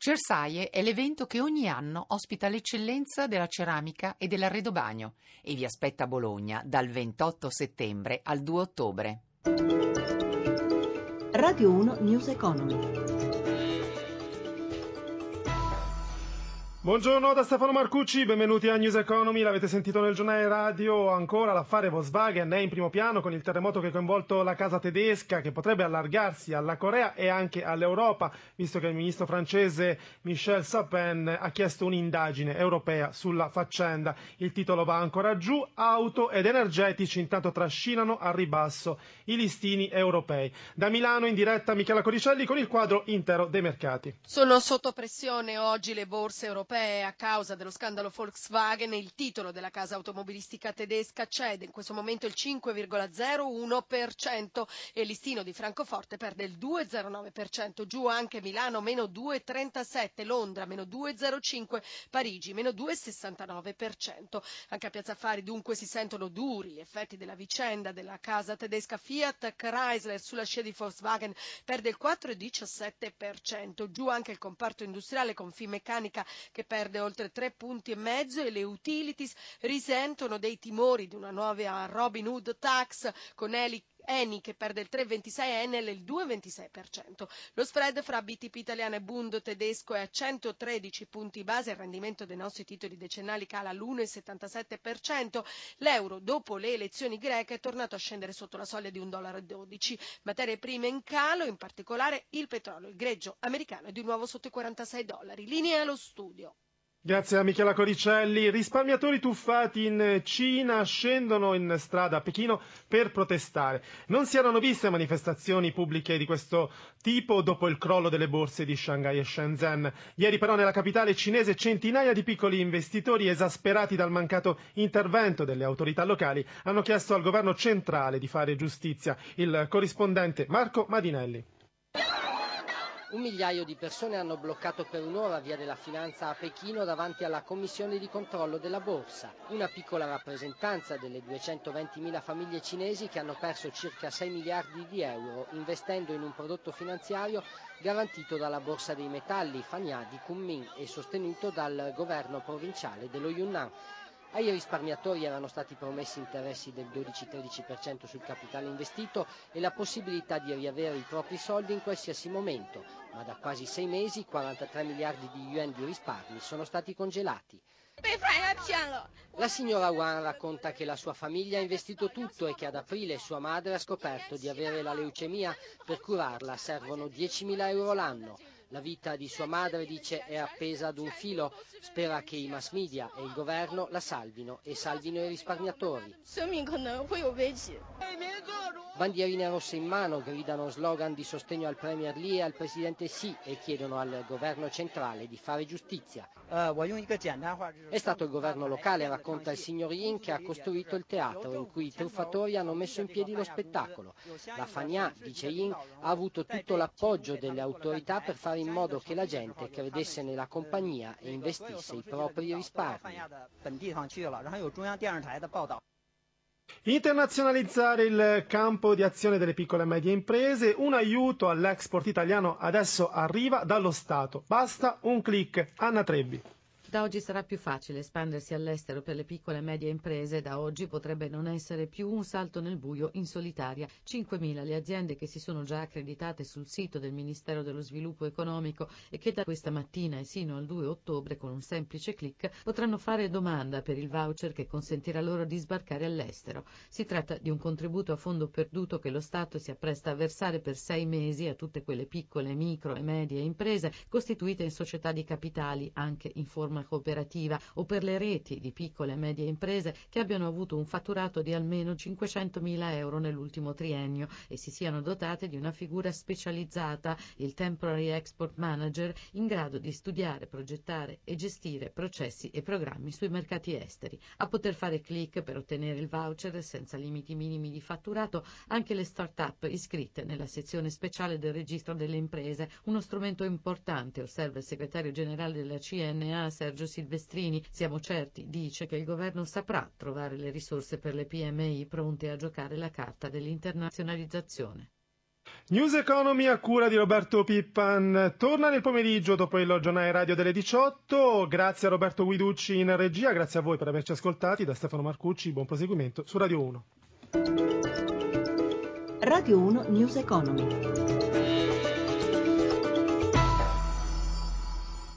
Cersaie è l'evento che ogni anno ospita l'eccellenza della ceramica e dell'arredobagno e vi aspetta a Bologna dal 28 settembre al 2 ottobre. Radio 1 News Economy. Buongiorno da Stefano Marcucci, benvenuti a News Economy. L'avete sentito nel giornale radio, ancora l'affare Volkswagen è in primo piano con il terremoto che ha coinvolto la casa tedesca, che potrebbe allargarsi alla Corea e anche all'Europa, visto che il ministro francese Michel Sapin ha chiesto un'indagine europea sulla faccenda. Il titolo va ancora giù, auto ed energetici intanto trascinano al ribasso i listini europei. Da Milano in diretta Michela Coricelli con il quadro intero dei mercati. Sono sotto pressione oggi le borse europee a causa dello scandalo Volkswagen. Il titolo della casa automobilistica tedesca cede in questo momento il 5,01% e il listino di Francoforte perde il 2,09%, giù anche Milano meno 2,37%, Londra meno 2,05%, Parigi meno 2,69%. Anche a Piazza Affari dunque si sentono duri gli effetti della vicenda della casa tedesca. Fiat Chrysler sulla scia di Volkswagen perde il 4,17%, giù anche il comparto industriale con Finmeccanica che perde oltre 3,5 punti e le utilities risentono dei timori di una nuova Robin Hood tax con Eni che perde il 3,26% e Enel il 2,26%. Lo spread fra BTP italiano e Bund tedesco è a 113 punti base, il rendimento dei nostri titoli decennali cala all'1,77%, l'euro dopo le elezioni greche è tornato a scendere sotto la soglia di $1,12. Materie prime in calo, in particolare il petrolio, il greggio americano è di nuovo sotto i $46. Linea allo studio. Grazie a Michela Coricelli. Risparmiatori tuffati in Cina scendono in strada a Pechino per protestare. Non si erano viste manifestazioni pubbliche di questo tipo dopo il crollo delle borse di Shanghai e Shenzhen. Ieri però nella capitale cinese centinaia di piccoli investitori esasperati dal mancato intervento delle autorità locali hanno chiesto al governo centrale di fare giustizia. Il corrispondente Marco Madinelli. 1 migliaio di persone hanno bloccato per un'ora Via della Finanza a Pechino davanti alla commissione di controllo della borsa, una piccola rappresentanza delle 220.000 famiglie cinesi che hanno perso circa 6 miliardi di euro investendo in un prodotto finanziario garantito dalla borsa dei metalli Fanya di Kunming e sostenuto dal governo provinciale dello Yunnan. Ai risparmiatori erano stati promessi interessi del 12-13% sul capitale investito e la possibilità di riavere i propri soldi in qualsiasi momento, ma da quasi 6 mesi 43 miliardi di yuan di risparmi sono stati congelati. La signora Wang racconta che la sua famiglia ha investito tutto e che ad aprile sua madre ha scoperto di avere la leucemia. Per curarla servono 10.000 euro l'anno. La vita di sua madre, dice, è appesa ad un filo. Spera che i mass media e il governo la salvino e salvino i risparmiatori. Bandierine rosse in mano gridano slogan di sostegno al premier Li e al presidente Xi e chiedono al governo centrale di fare giustizia. È stato il governo locale, racconta il signor Yin, che ha costruito il teatro in cui i truffatori hanno messo in piedi lo spettacolo. La Fanya, dice Yin, ha avuto tutto l'appoggio delle autorità per fare in modo che la gente credesse nella compagnia e investisse i propri risparmi. Internazionalizzare il campo di azione delle piccole e medie imprese, un aiuto all'export italiano adesso arriva dallo Stato. Basta un click. Anna Trebbi. Da oggi sarà più facile espandersi all'estero per le piccole e medie imprese. Da oggi potrebbe non essere più un salto nel buio in solitaria. 5.000 le aziende che si sono già accreditate sul sito del Ministero dello Sviluppo Economico e che da questa mattina e sino al 2 ottobre con un semplice click potranno fare domanda per il voucher che consentirà loro di sbarcare all'estero. Si tratta di un contributo a fondo perduto che lo Stato si appresta a versare per 6 mesi a tutte quelle piccole, micro e medie imprese costituite in società di capitali anche in forma cooperativa o per le reti di piccole e medie imprese che abbiano avuto un fatturato di almeno 500.000 euro nell'ultimo triennio e si siano dotate di una figura specializzata, il Temporary Export Manager, in grado di studiare, progettare e gestire processi e programmi sui mercati esteri. A poter fare click per ottenere il voucher senza limiti minimi di fatturato anche le start-up iscritte nella sezione speciale del registro delle imprese, uno strumento importante, osserva il segretario generale della CNA Sergio Silvestrini. Siamo certi, dice, che il governo saprà trovare le risorse per le PMI pronte a giocare la carta dell'internazionalizzazione. News Economy a cura di Roberto Pippan torna nel pomeriggio dopo il giornale radio delle 18. Grazie a Roberto Guiducci in regia, grazie a voi per averci ascoltati. Da Stefano Marcucci, buon proseguimento su Radio 1. Radio 1 News Economy.